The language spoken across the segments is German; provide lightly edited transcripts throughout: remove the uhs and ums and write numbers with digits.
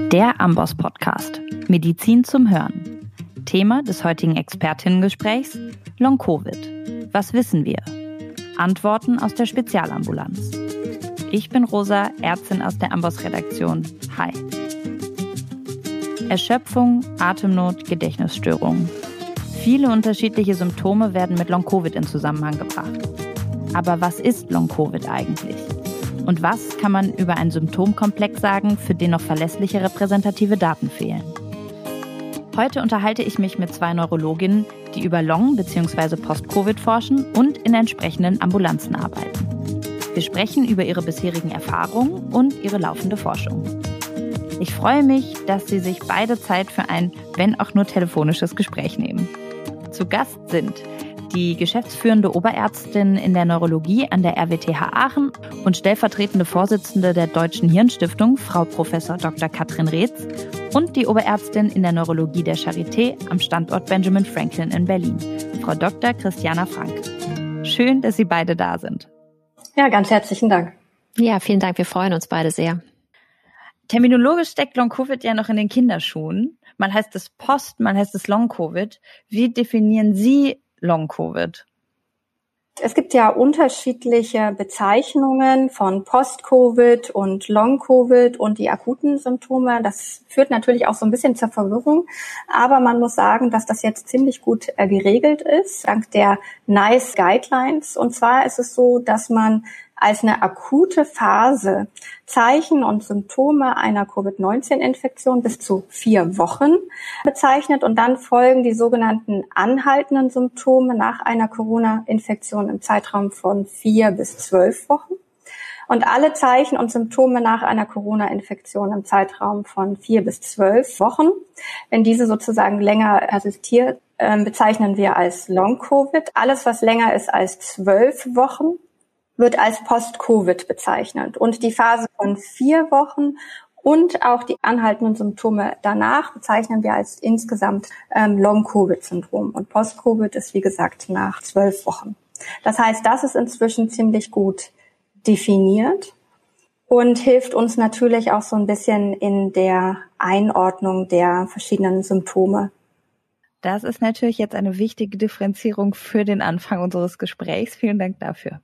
Der Amboss-Podcast. Medizin zum Hören. Thema des heutigen Expertinnengesprächs: Long-Covid. Was wissen wir? Antworten aus der Spezialambulanz. Ich bin Rosa, Ärztin aus der Amboss-Redaktion. Hi. Erschöpfung, Atemnot, Gedächtnisstörungen. Viele unterschiedliche Symptome werden mit Long-Covid in Zusammenhang gebracht. Aber was ist Long-Covid eigentlich? Und was kann man über einen Symptomkomplex sagen, für den noch verlässliche repräsentative Daten fehlen? Heute unterhalte ich mich mit zwei Neurologinnen, die über Long- bzw. Post-Covid forschen und in entsprechenden Ambulanzen arbeiten. Wir sprechen über ihre bisherigen Erfahrungen und ihre laufende Forschung. Ich freue mich, dass Sie sich beide Zeit für ein, wenn auch nur telefonisches Gespräch nehmen. Zu Gast sind die geschäftsführende Oberärztin in der Neurologie an der RWTH Aachen und stellvertretende Vorsitzende der Deutschen Hirnstiftung, Frau Prof. Dr. Katrin Reetz, und die Oberärztin in der Neurologie der Charité am Standort Benjamin Franklin in Berlin, Frau Dr. Christiana Frank. Schön, dass Sie beide da sind. Ja, ganz herzlichen Dank. Ja, vielen Dank. Wir freuen uns beide sehr. Terminologisch steckt Long-Covid ja noch in den Kinderschuhen. Mal heißt es Post, mal heißt es Long-Covid. Wie definieren Sie Long-Covid? Es gibt ja unterschiedliche Bezeichnungen von Post-Covid und Long-Covid und die akuten Symptome. Das führt natürlich auch so ein bisschen zur Verwirrung. Aber man muss sagen, dass das jetzt ziemlich gut geregelt ist, dank der NICE Guidelines. Und zwar ist es so, dass man als eine akute Phase Zeichen und Symptome einer Covid-19-Infektion bis zu 4 Wochen bezeichnet, und dann folgen die sogenannten anhaltenden Symptome nach einer Corona-Infektion im Zeitraum von 4 bis 12 Wochen. Und alle Zeichen und Symptome nach einer Corona-Infektion im Zeitraum von 4 bis 12 Wochen, wenn diese sozusagen länger persistiert, bezeichnen wir als Long-Covid. Alles, was länger ist als 12 Wochen, wird als Post-Covid bezeichnet. Und die Phase von 4 Wochen und auch die anhaltenden Symptome danach bezeichnen wir als insgesamt Long-Covid-Syndrom. Und Post-Covid ist, wie gesagt, nach 12 Wochen. Das heißt, das ist inzwischen ziemlich gut definiert und hilft uns natürlich auch so ein bisschen in der Einordnung der verschiedenen Symptome. Das ist natürlich jetzt eine wichtige Differenzierung für den Anfang unseres Gesprächs. Vielen Dank dafür.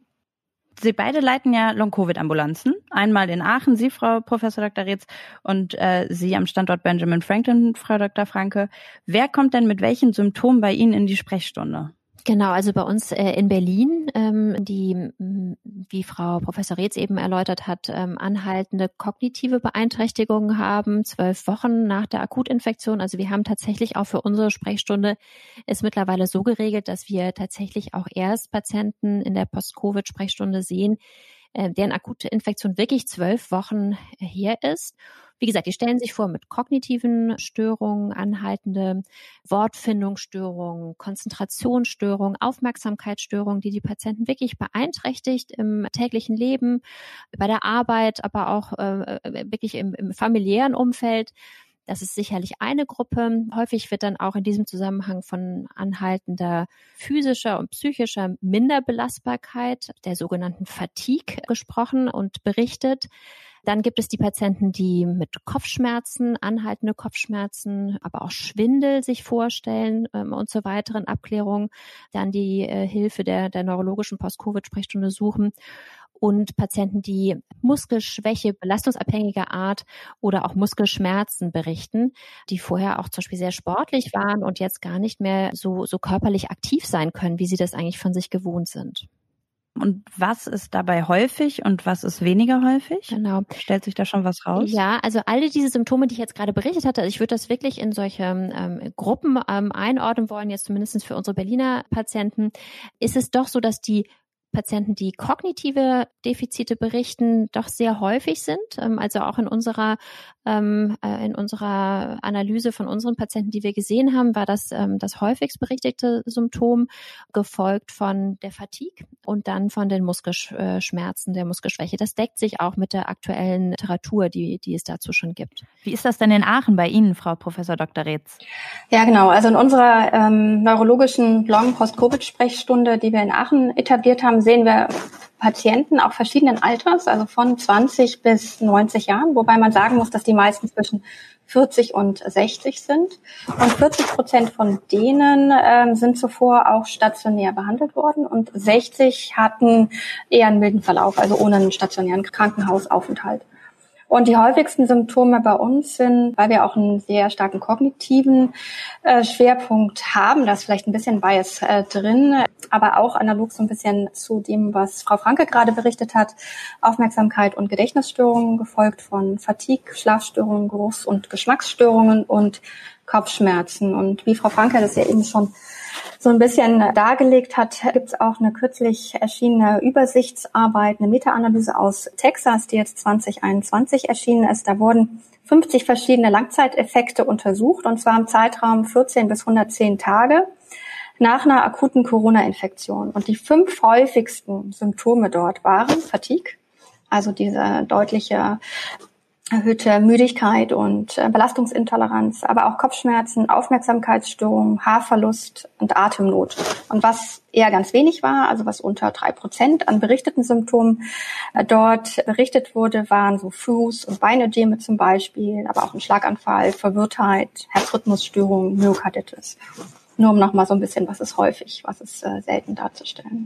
Sie beide leiten ja Long-Covid-Ambulanzen. Einmal in Aachen, Sie, Frau Prof. Dr. Reetz, und Sie am Standort Benjamin Franklin, Frau Dr. Franke. Wer kommt denn mit welchen Symptomen bei Ihnen in die Sprechstunde? Genau, also bei uns in Berlin, die, wie Frau Professor Reetz eben erläutert hat, anhaltende kognitive Beeinträchtigungen haben, 12 Wochen nach der Akutinfektion. Also wir haben tatsächlich auch für unsere Sprechstunde es mittlerweile so geregelt, dass wir tatsächlich auch erst Patienten in der Post-Covid-Sprechstunde sehen, deren akute Infektion wirklich 12 Wochen her ist. Wie gesagt, die stellen sich vor mit kognitiven Störungen, anhaltende Wortfindungsstörungen, Konzentrationsstörungen, Aufmerksamkeitsstörungen, die Patienten wirklich beeinträchtigt im täglichen Leben, bei der Arbeit, aber auch wirklich im familiären Umfeld. Das ist sicherlich eine Gruppe. Häufig wird dann auch in diesem Zusammenhang von anhaltender physischer und psychischer Minderbelastbarkeit, der sogenannten Fatigue, gesprochen und berichtet. Dann gibt es die Patienten, die mit Kopfschmerzen, anhaltende Kopfschmerzen, aber auch Schwindel sich vorstellen und zur weiteren Abklärung dann die Hilfe der neurologischen Post-Covid-Sprechstunde suchen. Und Patienten, die Muskelschwäche belastungsabhängiger Art oder auch Muskelschmerzen berichten, die vorher auch zum Beispiel sehr sportlich waren und jetzt gar nicht mehr so körperlich aktiv sein können, wie sie das eigentlich von sich gewohnt sind. Und was ist dabei häufig und was ist weniger häufig? Genau. Stellt sich da schon was raus? Ja, also alle diese Symptome, die ich jetzt gerade berichtet hatte, also ich würde das wirklich in solche Gruppen einordnen wollen, jetzt zumindest für unsere Berliner Patienten, ist es doch so, dass die Patienten, die kognitive Defizite berichten, doch sehr häufig sind. Also auch in unserer Analyse von unseren Patienten, die wir gesehen haben, war das das häufigst berichtete Symptom, gefolgt von der Fatigue und dann von den Muskelschmerzen, der Muskelschwäche. Das deckt sich auch mit der aktuellen Literatur, die es dazu schon gibt. Wie ist das denn in Aachen bei Ihnen, Frau Professor Dr. Reetz? Ja, genau. Also in unserer neurologischen Long-Post-Covid-Sprechstunde, die wir in Aachen etabliert haben, sehen wir Patienten auch verschiedenen Alters, also von 20 bis 90 Jahren, wobei man sagen muss, dass die meisten zwischen 40 und 60 sind. Und 40% von denen sind zuvor auch stationär behandelt worden und 60 hatten eher einen milden Verlauf, also ohne einen stationären Krankenhausaufenthalt. Und die häufigsten Symptome bei uns sind, weil wir auch einen sehr starken kognitiven Schwerpunkt haben, da ist vielleicht ein bisschen Bias drin, aber auch analog so ein bisschen zu dem, was Frau Franke gerade berichtet hat, Aufmerksamkeit und Gedächtnisstörungen, gefolgt von Fatigue, Schlafstörungen, Geruchs- und Geschmacksstörungen und Kopfschmerzen. Und wie Frau Franke das ja eben schon so ein bisschen dargelegt hat, gibt es auch eine kürzlich erschienene Übersichtsarbeit, eine Meta-Analyse aus Texas, die jetzt 2021 erschienen ist. Da wurden 50 verschiedene Langzeiteffekte untersucht, und zwar im Zeitraum 14 bis 110 Tage nach einer akuten Corona-Infektion. Und die 5 häufigsten Symptome dort waren Fatigue, also diese deutliche erhöhte Müdigkeit und Belastungsintoleranz, aber auch Kopfschmerzen, Aufmerksamkeitsstörungen, Haarverlust und Atemnot. Und was eher ganz wenig war, also was unter 3% an berichteten Symptomen dort berichtet wurde, waren so Fuß- und Beinödeme zum Beispiel, aber auch ein Schlaganfall, Verwirrtheit, Herzrhythmusstörungen, Myokarditis. Nur um nochmal so ein bisschen, was ist häufig, was ist selten darzustellen.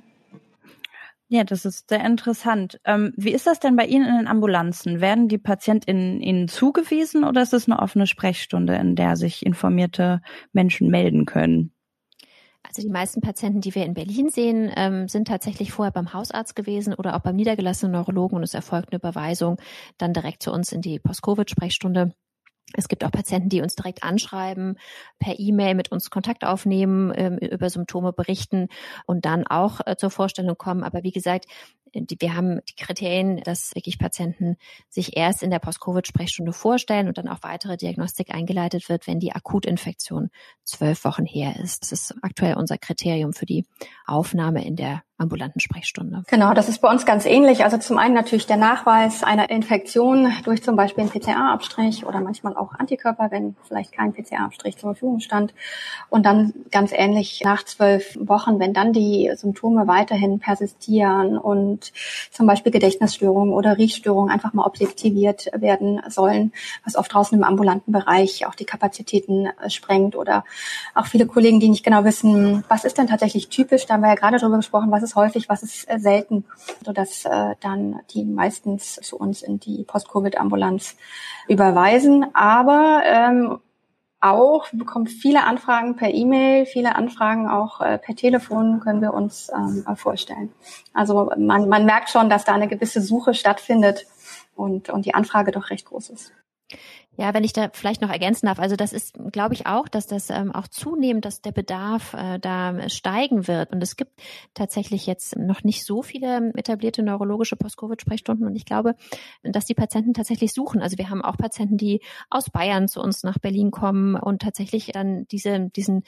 Ja, das ist sehr interessant. Wie ist das denn bei Ihnen in den Ambulanzen? Werden die PatientInnen Ihnen zugewiesen oder ist es eine offene Sprechstunde, in der sich informierte Menschen melden können? Also die meisten Patienten, die wir in Berlin sehen, sind tatsächlich vorher beim Hausarzt gewesen oder auch beim niedergelassenen Neurologen, und es erfolgt eine Überweisung dann direkt zu uns in die Post-Covid-Sprechstunde. Es gibt auch Patienten, die uns direkt anschreiben, per E-Mail mit uns Kontakt aufnehmen, über Symptome berichten und dann auch zur Vorstellung kommen. Aber wie gesagt, wir haben die Kriterien, dass wirklich Patienten sich erst in der Post-Covid-Sprechstunde vorstellen und dann auch weitere Diagnostik eingeleitet wird, wenn die Akutinfektion 12 Wochen her ist. Das ist aktuell unser Kriterium für die Aufnahme in der ambulanten Sprechstunde. Genau, das ist bei uns ganz ähnlich. Also zum einen natürlich der Nachweis einer Infektion durch zum Beispiel einen PCR-Abstrich oder manchmal auch Antikörper, wenn vielleicht kein PCR-Abstrich zur Verfügung stand. Und dann ganz ähnlich nach 12 Wochen, wenn dann die Symptome weiterhin persistieren und zum Beispiel Gedächtnisstörungen oder Riechstörungen einfach mal objektiviert werden sollen, was oft draußen im ambulanten Bereich auch die Kapazitäten sprengt, oder auch viele Kollegen, die nicht genau wissen, was ist denn tatsächlich typisch. Da haben wir ja gerade drüber gesprochen, was ist häufig, was ist selten, sodass dann die meistens zu uns in die Post-Covid-Ambulanz überweisen. Aber auch, wir bekommen viele Anfragen per E-Mail, viele Anfragen auch per Telefon, können wir uns vorstellen. Also man merkt schon, dass da eine gewisse Suche stattfindet und die Anfrage doch recht groß ist. Ja, wenn ich da vielleicht noch ergänzen darf, also das ist, glaube ich auch, dass das auch zunehmend, dass der Bedarf da steigen wird. Und es gibt tatsächlich jetzt noch nicht so viele etablierte neurologische Post-Covid-Sprechstunden. Und ich glaube, dass die Patienten tatsächlich suchen. Also wir haben auch Patienten, die aus Bayern zu uns nach Berlin kommen und tatsächlich dann diese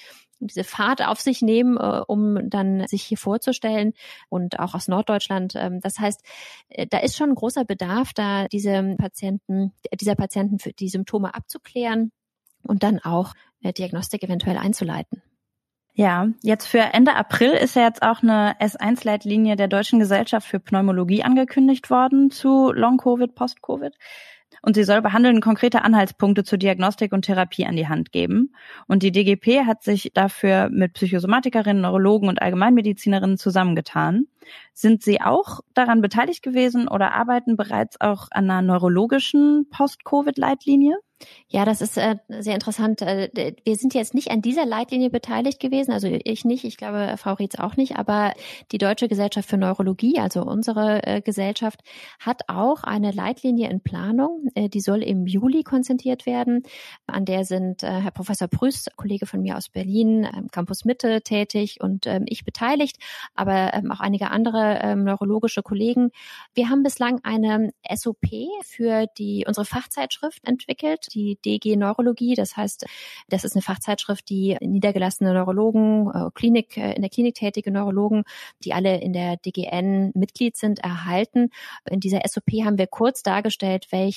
Fahrt auf sich nehmen, um dann sich hier vorzustellen, und auch aus Norddeutschland. Das heißt, da ist schon ein großer Bedarf, da dieser Patienten für die Symptome abzuklären und dann auch Diagnostik eventuell einzuleiten. Ja, jetzt für Ende April ist ja jetzt auch eine S1-Leitlinie der Deutschen Gesellschaft für Pneumologie angekündigt worden zu Long-Covid, Post-Covid. Und sie soll behandeln konkrete Anhaltspunkte zur Diagnostik und Therapie an die Hand geben. Und die DGP hat sich dafür mit Psychosomatikerinnen, Neurologen und Allgemeinmedizinerinnen zusammengetan. Sind Sie auch daran beteiligt gewesen oder arbeiten bereits auch an einer neurologischen Post-Covid-Leitlinie? Ja, das ist sehr interessant. Wir sind jetzt nicht an dieser Leitlinie beteiligt gewesen, also ich nicht, ich glaube Frau Rietz auch nicht, aber die Deutsche Gesellschaft für Neurologie, also unsere Gesellschaft, hat auch eine Leitlinie in Planung, die soll im Juli konzentriert werden. An der sind Herr Professor Prüß, Kollege von mir aus Berlin, Campus Mitte tätig, und ich beteiligt, aber auch einige andere neurologische Kollegen. Wir haben bislang eine SOP für unsere Fachzeitschrift entwickelt, die DG Neurologie. Das heißt, das ist eine Fachzeitschrift, die niedergelassene Neurologen, in der Klinik tätige Neurologen, die alle in der DGN Mitglied sind, erhalten. In dieser SOP haben wir kurz dargestellt, welche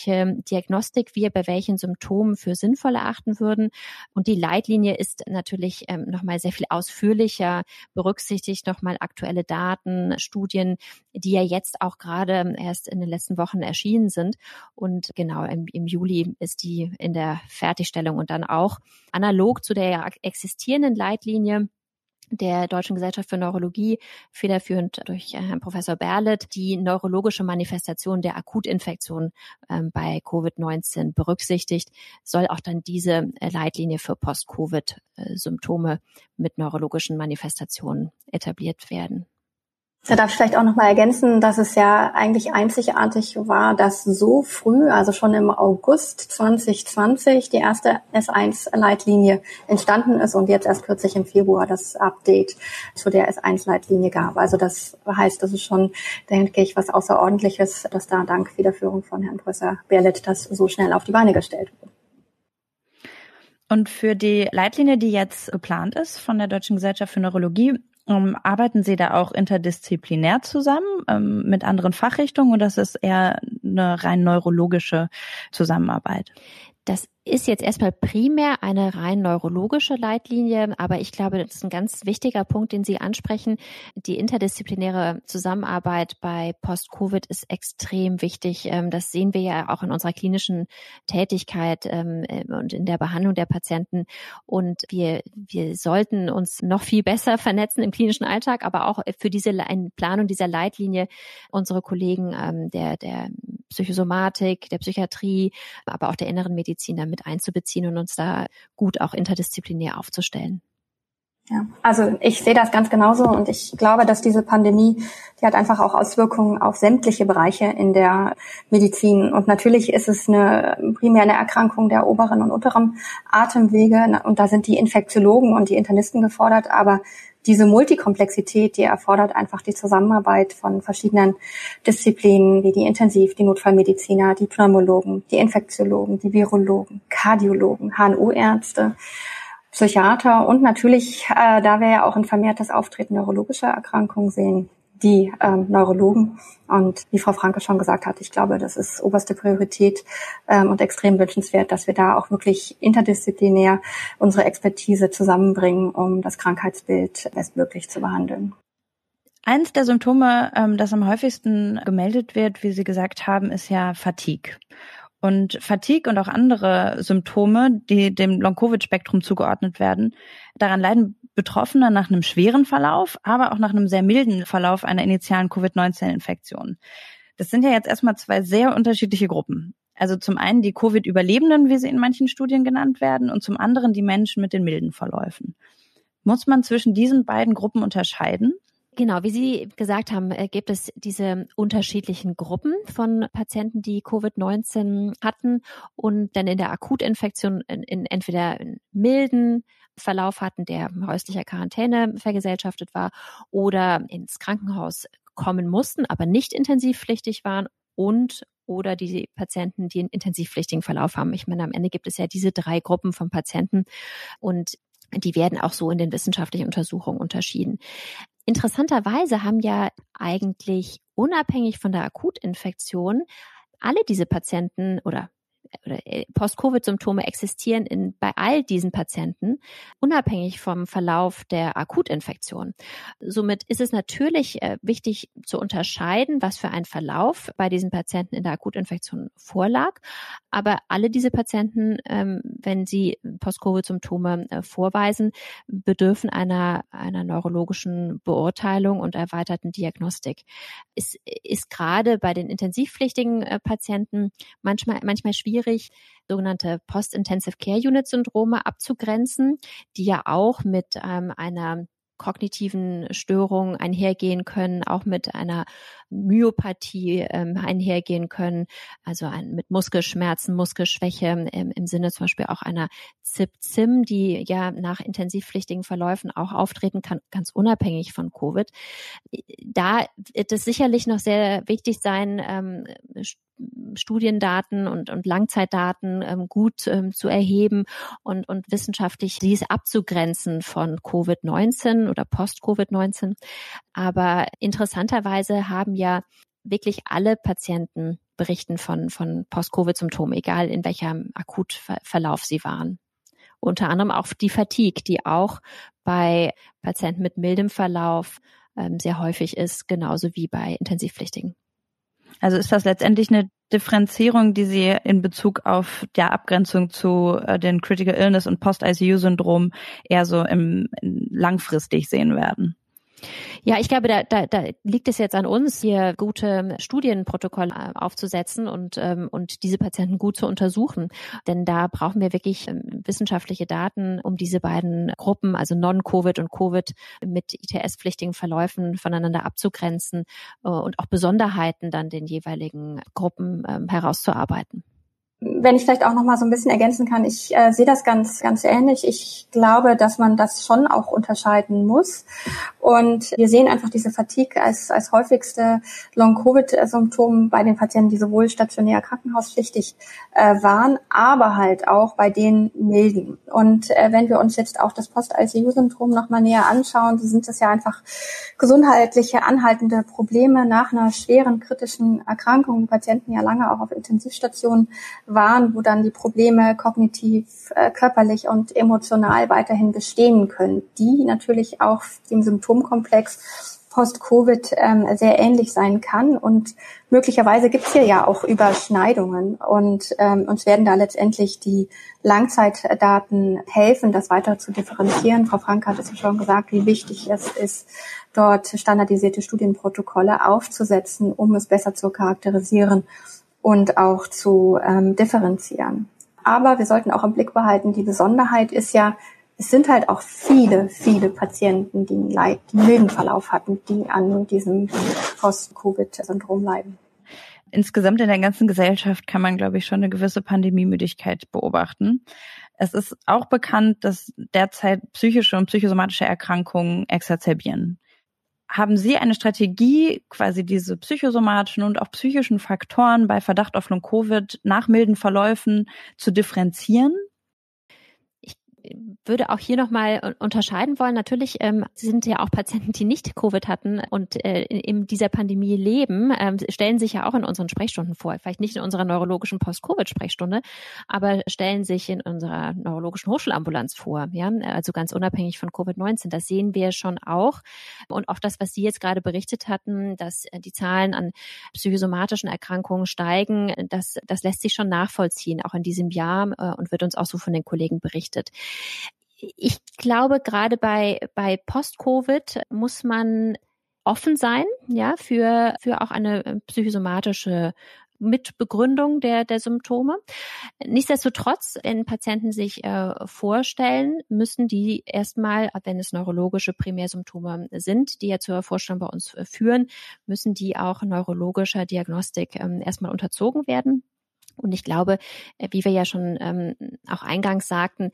welche Diagnostik wir bei welchen Symptomen für sinnvoll erachten würden. Und die Leitlinie ist natürlich nochmal sehr viel ausführlicher, berücksichtigt nochmal aktuelle Daten, Studien, die ja jetzt auch gerade erst in den letzten Wochen erschienen sind. Und genau, im Juli ist die in der Fertigstellung und dann auch analog zu der existierenden Leitlinie der Deutschen Gesellschaft für Neurologie, federführend durch Herrn Professor Berlet, die neurologische Manifestation der Akutinfektion bei Covid-19 berücksichtigt, soll auch dann diese Leitlinie für Post-Covid-Symptome mit neurologischen Manifestationen etabliert werden. Da darf ich vielleicht auch noch mal ergänzen, dass es ja eigentlich einzigartig war, dass so früh, also schon im August 2020, die erste S1-Leitlinie entstanden ist und jetzt erst kürzlich im Februar das Update zu der S1-Leitlinie gab. Also das heißt, das ist schon, denke ich, was Außerordentliches, dass da dank Federführung von Herrn Professor Berlet das so schnell auf die Beine gestellt wurde. Und für die Leitlinie, die jetzt geplant ist von der Deutschen Gesellschaft für Neurologie, arbeiten Sie da auch interdisziplinär zusammen mit anderen Fachrichtungen oder ist es eher eine rein neurologische Zusammenarbeit? Das ist jetzt erstmal primär eine rein neurologische Leitlinie, aber ich glaube, das ist ein ganz wichtiger Punkt, den Sie ansprechen. Die interdisziplinäre Zusammenarbeit bei Post-Covid ist extrem wichtig. Das sehen wir ja auch in unserer klinischen Tätigkeit und in der Behandlung der Patienten. Und wir sollten uns noch viel besser vernetzen im klinischen Alltag, aber auch für diese Planung dieser Leitlinie unsere Kollegen der Psychosomatik, der Psychiatrie, aber auch der inneren Medizin damit einzubeziehen und uns da gut auch interdisziplinär aufzustellen. Ja, also ich sehe das ganz genauso und ich glaube, dass diese Pandemie, die hat einfach auch Auswirkungen auf sämtliche Bereiche in der Medizin. Und natürlich ist es primär eine Erkrankung der oberen und unteren Atemwege und da sind die Infektiologen und die Internisten gefordert, aber diese Multikomplexität, die erfordert einfach die Zusammenarbeit von verschiedenen Disziplinen wie die die Notfallmediziner, die Pneumologen, die Infektiologen, die Virologen, Kardiologen, HNO-Ärzte, Psychiater und natürlich, da wir ja auch ein vermehrtes Auftreten neurologischer Erkrankungen sehen, die Neurologen. Und wie Frau Franke schon gesagt hat, ich glaube, das ist oberste Priorität und extrem wünschenswert, dass wir da auch wirklich interdisziplinär unsere Expertise zusammenbringen, um das Krankheitsbild bestmöglich zu behandeln. Eins der Symptome, das am häufigsten gemeldet wird, wie Sie gesagt haben, ist ja Fatigue. Und Fatigue und auch andere Symptome, die dem Long-Covid-Spektrum zugeordnet werden, daran leiden Betroffene nach einem schweren Verlauf, aber auch nach einem sehr milden Verlauf einer initialen Covid-19-Infektion. Das sind ja jetzt erstmal zwei sehr unterschiedliche Gruppen. Also zum einen die Covid-Überlebenden, wie sie in manchen Studien genannt werden, und zum anderen die Menschen mit den milden Verläufen. Muss man zwischen diesen beiden Gruppen unterscheiden? Genau, wie Sie gesagt haben, gibt es diese unterschiedlichen Gruppen von Patienten, die Covid-19 hatten und dann in der Akutinfektion in entweder einen milden Verlauf hatten, der häuslicher Quarantäne vergesellschaftet war oder ins Krankenhaus kommen mussten, aber nicht intensivpflichtig waren oder die Patienten, die einen intensivpflichtigen Verlauf haben. Ich meine, am Ende gibt es ja diese 3 Gruppen von Patienten und die werden auch so in den wissenschaftlichen Untersuchungen unterschieden. Interessanterweise haben ja eigentlich unabhängig von der Akutinfektion alle diese Patienten oder Post-Covid-Symptome existieren bei all diesen Patienten, unabhängig vom Verlauf der Akutinfektion. Somit ist es natürlich wichtig zu unterscheiden, was für ein Verlauf bei diesen Patienten in der Akutinfektion vorlag. Aber alle diese Patienten, wenn sie Post-Covid-Symptome vorweisen, bedürfen einer neurologischen Beurteilung und erweiterten Diagnostik. Es ist gerade bei den intensivpflichtigen Patienten manchmal schwierig, sogenannte Post-Intensive Care Unit Syndrome abzugrenzen, die ja auch mit einer kognitiven Störungen einhergehen können, auch mit einer Myopathie einhergehen können, also mit Muskelschmerzen, Muskelschwäche im Sinne zum Beispiel auch einer CIP-CIM, die ja nach intensivpflichtigen Verläufen auch auftreten kann, ganz unabhängig von Covid. Da wird es sicherlich noch sehr wichtig sein, Studiendaten und Langzeitdaten gut zu erheben und wissenschaftlich dies abzugrenzen von Covid-19 oder Post-Covid-19. Aber interessanterweise haben ja wirklich alle Patienten berichten von Post-Covid-Symptomen, egal in welchem Akutverlauf sie waren. Unter anderem auch die Fatigue, die auch bei Patienten mit mildem Verlauf sehr häufig ist, genauso wie bei Intensivpflichtigen. Also ist das letztendlich eine Differenzierung, die Sie in Bezug auf der Abgrenzung zu den Critical Illness und Post-ICU-Syndrom eher so langfristig sehen werden? Ja, ich glaube, da liegt es jetzt an uns, hier gute Studienprotokolle aufzusetzen und diese Patienten gut zu untersuchen. Denn da brauchen wir wirklich wissenschaftliche Daten, um diese beiden Gruppen, also Non-Covid und Covid mit ITS-pflichtigen Verläufen voneinander abzugrenzen und auch Besonderheiten dann den jeweiligen Gruppen herauszuarbeiten. Wenn ich vielleicht auch noch mal so ein bisschen ergänzen kann, ich sehe das ganz, ganz ähnlich. Ich glaube, dass man das schon auch unterscheiden muss. Und wir sehen einfach diese Fatigue als häufigste Long-Covid-Symptom bei den Patienten, die sowohl stationär krankenhauspflichtig waren, aber halt auch bei den milden. Und wenn wir uns jetzt auch das Post-ICU-Syndrom noch mal näher anschauen, so sind das ja einfach gesundheitliche, anhaltende Probleme nach einer schweren, kritischen Erkrankung, die Patienten ja lange auch auf Intensivstationen waren, wo dann die Probleme kognitiv, körperlich und emotional weiterhin bestehen können, die natürlich auch dem Symptomkomplex Post-Covid sehr ähnlich sein kann. Und möglicherweise gibt es hier ja auch Überschneidungen. Und uns werden da letztendlich die Langzeitdaten helfen, das weiter zu differenzieren. Frau Frank hat es ja schon gesagt, wie wichtig es ist, dort standardisierte Studienprotokolle aufzusetzen, um es besser zu charakterisieren und auch zu differenzieren. Aber wir sollten auch im Blick behalten, die Besonderheit ist ja, es sind halt auch viele, viele Patienten, die einen milden Verlauf hatten, die an diesem Post-Covid-Syndrom leiden. Insgesamt in der ganzen Gesellschaft kann man, glaube ich, schon eine gewisse Pandemiemüdigkeit beobachten. Es ist auch bekannt, dass derzeit psychische und psychosomatische Erkrankungen exacerbieren. Haben Sie eine Strategie, quasi diese psychosomatischen und auch psychischen Faktoren bei Verdacht auf Long-Covid nach milden Verläufen zu differenzieren? Ich würde auch hier nochmal unterscheiden wollen. Natürlich sind ja auch Patienten, die nicht Covid hatten und in dieser Pandemie leben, stellen sich ja auch in unseren Sprechstunden vor. Vielleicht nicht in unserer neurologischen Post-Covid-Sprechstunde, aber stellen sich in unserer neurologischen Hochschulambulanz vor. Ja, also ganz unabhängig von Covid-19. Das sehen wir schon auch. Und auch das, was Sie jetzt gerade berichtet hatten, dass die Zahlen an psychosomatischen Erkrankungen steigen, das lässt sich schon nachvollziehen, auch in diesem Jahr und wird uns auch so von den Kollegen berichtet. Ich glaube, gerade bei Post-Covid muss man offen sein, ja, für auch eine psychosomatische Mitbegründung der Symptome. Nichtsdestotrotz, wenn Patienten sich vorstellen, müssen die erstmal, wenn es neurologische Primärsymptome sind, die ja zur Vorstellung bei uns führen, müssen die auch neurologischer Diagnostik erstmal unterzogen werden. Und ich glaube, wie wir ja schon auch eingangs sagten,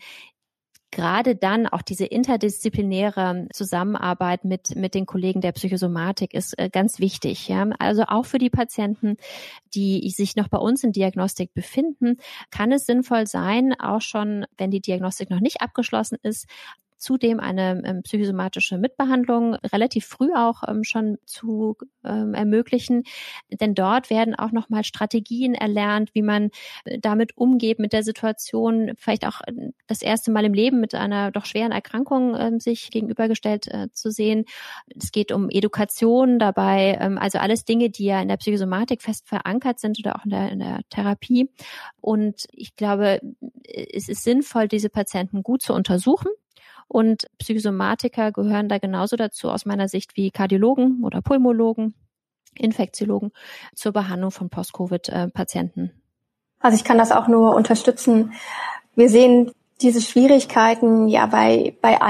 gerade dann auch diese interdisziplinäre Zusammenarbeit mit den Kollegen der Psychosomatik ist ganz wichtig. Ja? Also auch für die Patienten, die sich noch bei uns in Diagnostik befinden, kann es sinnvoll sein, auch schon, wenn die Diagnostik noch nicht abgeschlossen ist, zudem eine psychosomatische Mitbehandlung relativ früh auch schon zu ermöglichen. Denn dort werden auch nochmal Strategien erlernt, wie man damit umgeht mit der Situation, vielleicht auch das erste Mal im Leben mit einer doch schweren Erkrankung sich gegenübergestellt zu sehen. Es geht um Education dabei, also alles Dinge, die ja in der Psychosomatik fest verankert sind oder auch in der Therapie. Und ich glaube, es ist sinnvoll, diese Patienten gut zu untersuchen. Und Psychosomatiker gehören da genauso dazu aus meiner Sicht wie Kardiologen oder Pulmologen, Infektiologen zur Behandlung von Post-Covid-Patienten. Also ich kann das auch nur unterstützen. Wir sehen diese Schwierigkeiten ja bei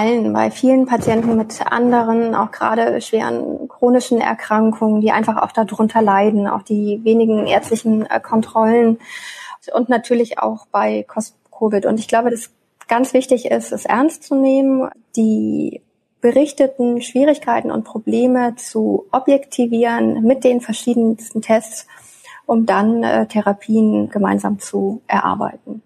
vielen Patienten mit anderen, auch gerade schweren chronischen Erkrankungen, die einfach auch darunter leiden, auch die wenigen ärztlichen Kontrollen und natürlich auch bei Post-Covid. Und ich glaube, das ganz wichtig ist, es ernst zu nehmen, die berichteten Schwierigkeiten und Probleme zu objektivieren mit den verschiedensten Tests, um dann Therapien gemeinsam zu erarbeiten.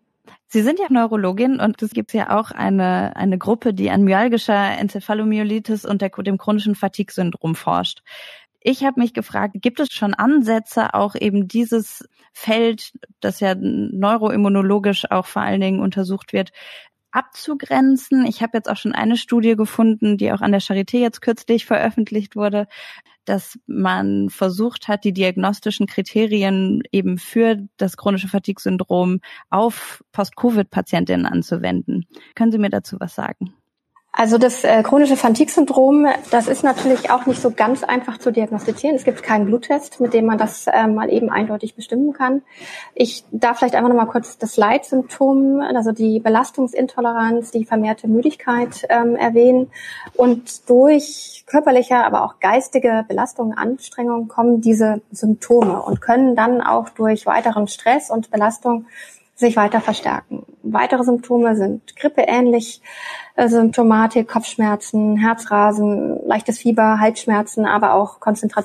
Sie sind ja Neurologin und es gibt ja auch eine Gruppe, die an myalgischer Enzephalomyelitis und dem chronischen Fatigue-Syndrom forscht. Ich habe mich gefragt, gibt es schon Ansätze, auch eben dieses Feld, das ja neuroimmunologisch auch vor allen Dingen untersucht wird, abzugrenzen? Ich habe jetzt auch schon eine Studie gefunden, die auch an der Charité jetzt kürzlich veröffentlicht wurde, dass man versucht hat, die diagnostischen Kriterien eben für das chronische Fatigue-Syndrom auf Post-Covid-Patientinnen anzuwenden. Können Sie mir dazu was sagen? Also das chronische Fatigue-Syndrom, das ist natürlich auch nicht so ganz einfach zu diagnostizieren. Es gibt keinen Bluttest, mit dem man das mal eben eindeutig bestimmen kann. Ich darf vielleicht einfach noch mal kurz das Leitsymptom, also die Belastungsintoleranz, die vermehrte Müdigkeit erwähnen. Und durch körperliche, aber auch geistige Belastung, Anstrengung kommen diese Symptome und können dann auch durch weiteren Stress und Belastung sich weiter verstärken. Weitere Symptome sind grippeähnlich Symptomatik, Kopfschmerzen, Herzrasen, leichtes Fieber, Halsschmerzen, aber auch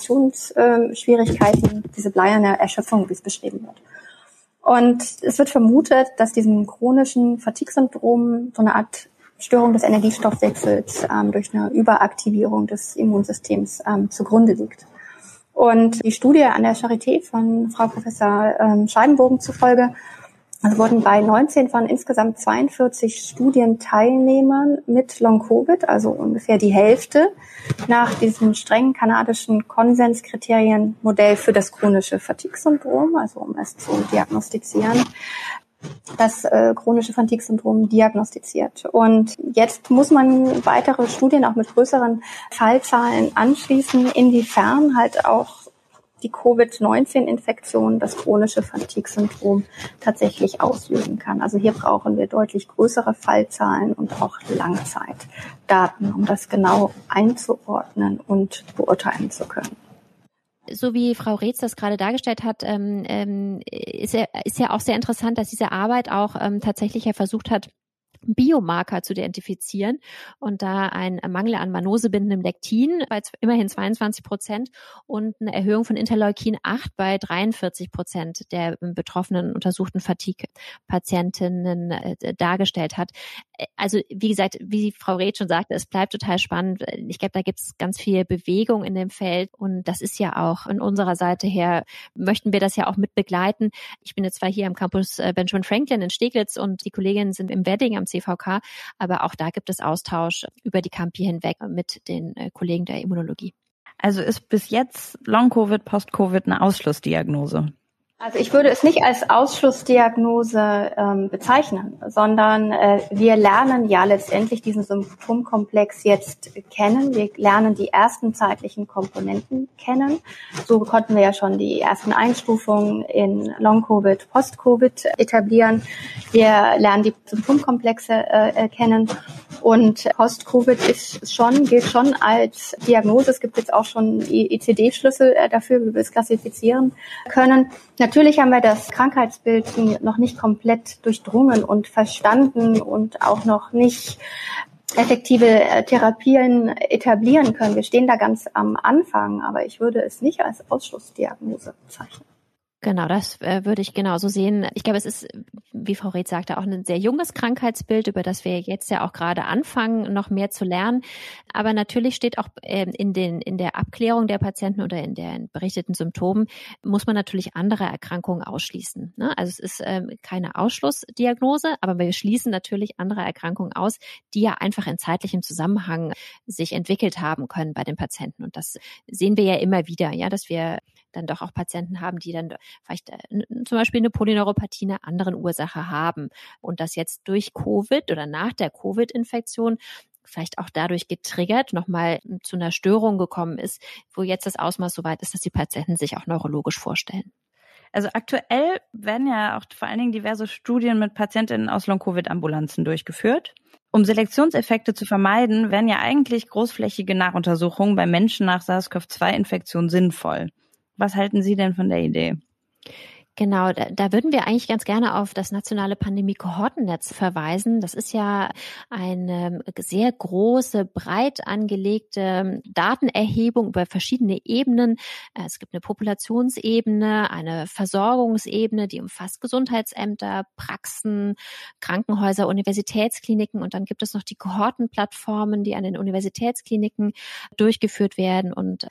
Konzentrationsschwierigkeiten, diese bleierne Erschöpfung, wie es beschrieben wird. Und es wird vermutet, dass diesem chronischen Fatigue-Syndrom so eine Art Störung des Energiestoffwechsels durch eine Überaktivierung des Immunsystems zugrunde liegt. Und die Studie an der Charité von Frau Professor Scheibenbogen zufolge wurden bei 19 von insgesamt 42 Studienteilnehmern mit Long-Covid, also ungefähr die Hälfte, nach diesem strengen kanadischen Konsenskriterienmodell für das chronische Fatigue-Syndrom, also um es zu diagnostizieren, das chronische Fatigue-Syndrom diagnostiziert. Und jetzt muss man weitere Studien auch mit größeren Fallzahlen anschließen, inwiefern halt auch die Covid-19-Infektion das chronische Fatigue-Syndrom tatsächlich auslösen kann. Also hier brauchen wir deutlich größere Fallzahlen und auch Langzeitdaten, um das genau einzuordnen und beurteilen zu können. So wie Frau Reetz das gerade dargestellt hat, ist ja auch sehr interessant, dass diese Arbeit auch tatsächlich ja versucht hat, Biomarker zu identifizieren und da ein Mangel an mannosebindendem Lektin bei immerhin 22% und eine Erhöhung von Interleukin 8 bei 43% der betroffenen untersuchten Fatigue-Patientinnen dargestellt hat. Also wie gesagt, wie Frau Reetz schon sagte, es bleibt total spannend. Ich glaube, da gibt es ganz viel Bewegung in dem Feld und das ist ja auch von unserer Seite her, möchten wir das ja auch mit begleiten. Ich bin jetzt zwar hier am Campus Benjamin Franklin in Steglitz und die Kolleginnen sind im Wedding am CVK, aber auch da gibt es Austausch über die Campi hinweg mit den Kollegen der Immunologie. Also ist bis jetzt Long-Covid, Post-Covid eine Ausschlussdiagnose? Also ich würde es nicht als Ausschlussdiagnose bezeichnen, sondern wir lernen ja letztendlich diesen Symptomkomplex jetzt kennen. Wir lernen die ersten zeitlichen Komponenten kennen. So konnten wir ja schon die ersten Einstufungen in Long-Covid, Post-Covid etablieren. Wir lernen die Symptomkomplexe kennen. Und Post-Covid gilt schon als Diagnose. Es gibt jetzt auch schon ICD-Schlüssel dafür, wie wir es klassifizieren können. Natürlich haben wir das Krankheitsbild noch nicht komplett durchdrungen und verstanden und auch noch nicht effektive Therapien etablieren können. Wir stehen da ganz am Anfang, aber ich würde es nicht als Ausschlussdiagnose bezeichnen. Genau, das würde ich genauso sehen. Ich glaube, es ist, wie Frau Reetz sagte, auch ein sehr junges Krankheitsbild, über das wir jetzt ja auch gerade anfangen, noch mehr zu lernen. Aber natürlich steht auch in der Abklärung der Patienten oder in den berichteten Symptomen, muss man natürlich andere Erkrankungen ausschließen. Ne? Also es ist keine Ausschlussdiagnose, aber wir schließen natürlich andere Erkrankungen aus, die ja einfach in zeitlichem Zusammenhang sich entwickelt haben können bei den Patienten. Und das sehen wir ja immer wieder, ja, dass wir dann doch auch Patienten haben, die dann vielleicht zum Beispiel eine Polyneuropathie einer anderen Ursache haben und das jetzt durch Covid oder nach der Covid-Infektion vielleicht auch dadurch getriggert nochmal zu einer Störung gekommen ist, wo jetzt das Ausmaß so weit ist, dass die Patienten sich auch neurologisch vorstellen. Also aktuell werden ja auch vor allen Dingen diverse Studien mit Patientinnen aus Long-Covid-Ambulanzen durchgeführt. Um Selektionseffekte zu vermeiden, wären ja eigentlich großflächige Nachuntersuchungen bei Menschen nach SARS-CoV-2-Infektion sinnvoll. Was halten Sie denn von der Idee? Genau, da würden wir eigentlich ganz gerne auf das nationale Pandemie-Kohortennetz verweisen. Das ist ja eine sehr große, breit angelegte Datenerhebung über verschiedene Ebenen. Es gibt eine Populationsebene, eine Versorgungsebene, die umfasst Gesundheitsämter, Praxen, Krankenhäuser, Universitätskliniken und dann gibt es noch die Kohortenplattformen, die an den Universitätskliniken durchgeführt werden und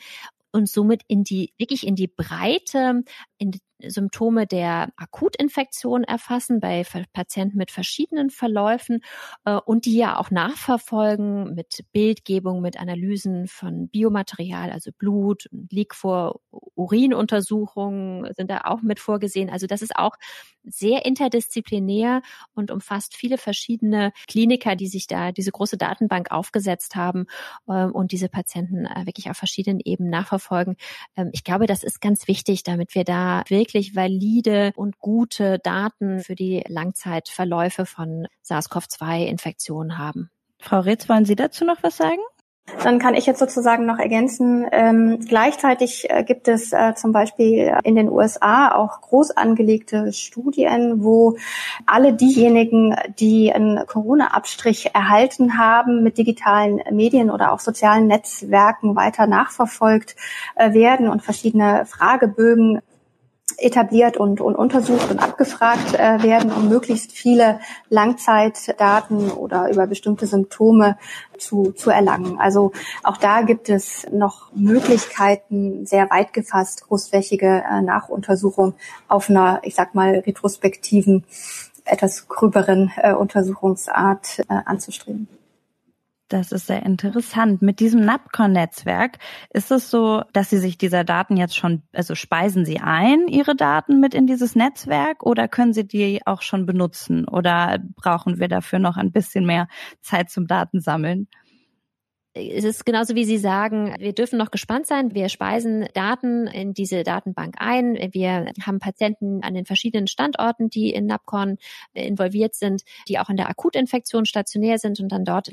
und somit wirklich in die Breite, in die Symptome der Akutinfektion erfassen bei Patienten mit verschiedenen Verläufen und die ja auch nachverfolgen mit Bildgebung, mit Analysen von Biomaterial, also Blut, Liquor, Urinuntersuchungen sind da auch mit vorgesehen. Also das ist auch sehr interdisziplinär und umfasst viele verschiedene Kliniker, die sich da diese große Datenbank aufgesetzt haben und diese Patienten wirklich auf verschiedenen Ebenen nachverfolgen. Ich glaube, das ist ganz wichtig, damit wir da wirklich valide und gute Daten für die Langzeitverläufe von SARS-CoV-2-Infektionen haben. Frau Reetz, wollen Sie dazu noch was sagen? Dann kann ich jetzt sozusagen noch ergänzen, gleichzeitig gibt es zum Beispiel in den USA auch groß angelegte Studien, wo alle diejenigen, die einen Corona-Abstrich erhalten haben, mit digitalen Medien oder auch sozialen Netzwerken weiter nachverfolgt werden und verschiedene Fragebögen etabliert und untersucht und abgefragt werden, um möglichst viele Langzeitdaten oder über bestimmte Symptome zu erlangen. Also auch da gibt es noch Möglichkeiten, sehr weit gefasst, großflächige Nachuntersuchung auf einer, ich sag mal, retrospektiven, etwas gröberen Untersuchungsart anzustreben. Das ist sehr interessant. Mit diesem NAPCON-Netzwerk ist es so, dass Sie sich dieser Daten jetzt schon, also speisen Sie ein, Ihre Daten mit in dieses Netzwerk oder können Sie die auch schon benutzen oder brauchen wir dafür noch ein bisschen mehr Zeit zum Datensammeln? Es ist genauso, wie Sie sagen, wir dürfen noch gespannt sein. Wir speisen Daten in diese Datenbank ein. Wir haben Patienten an den verschiedenen Standorten, die in NAPCON involviert sind, die auch in der Akutinfektion stationär sind und dann dort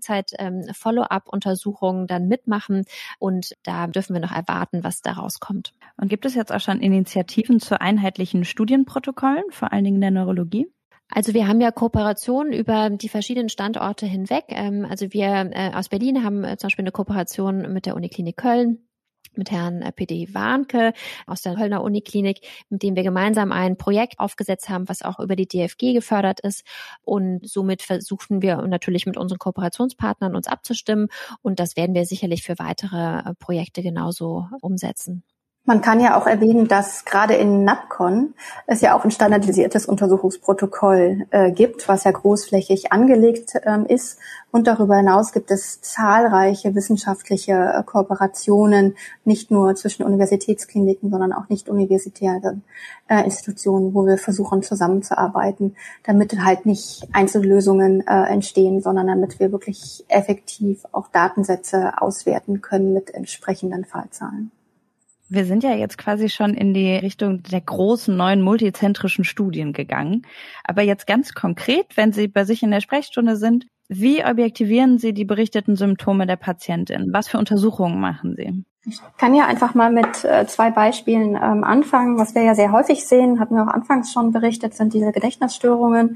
Langzeit-Follow-up-Untersuchungen dann mitmachen. Und da dürfen wir noch erwarten, was daraus kommt. Und gibt es jetzt auch schon Initiativen zu einheitlichen Studienprotokollen, vor allen Dingen in der Neurologie? Also wir haben ja Kooperationen über die verschiedenen Standorte hinweg. Also wir aus Berlin haben zum Beispiel eine Kooperation mit der Uniklinik Köln, mit Herrn PD Warnke aus der Kölner Uniklinik, mit dem wir gemeinsam ein Projekt aufgesetzt haben, was auch über die DFG gefördert ist. Und somit versuchen wir natürlich mit unseren Kooperationspartnern uns abzustimmen. Und das werden wir sicherlich für weitere Projekte genauso umsetzen. Man kann ja auch erwähnen, dass gerade in NAPCON es ja auch ein standardisiertes Untersuchungsprotokoll gibt, was ja großflächig angelegt ist. Und darüber hinaus gibt es zahlreiche wissenschaftliche Kooperationen, nicht nur zwischen Universitätskliniken, sondern auch nicht universitären Institutionen, wo wir versuchen zusammenzuarbeiten, damit halt nicht Einzellösungen entstehen, sondern damit wir wirklich effektiv auch Datensätze auswerten können mit entsprechenden Fallzahlen. Wir sind ja jetzt quasi schon in die Richtung der großen neuen multizentrischen Studien gegangen. Aber jetzt ganz konkret, wenn Sie bei sich in der Sprechstunde sind, wie objektivieren Sie die berichteten Symptome der Patientin? Was für Untersuchungen machen Sie? Ich kann ja einfach mal mit 2 Beispielen anfangen. Was wir ja sehr häufig sehen, hatten wir auch anfangs schon berichtet, sind diese Gedächtnisstörungen.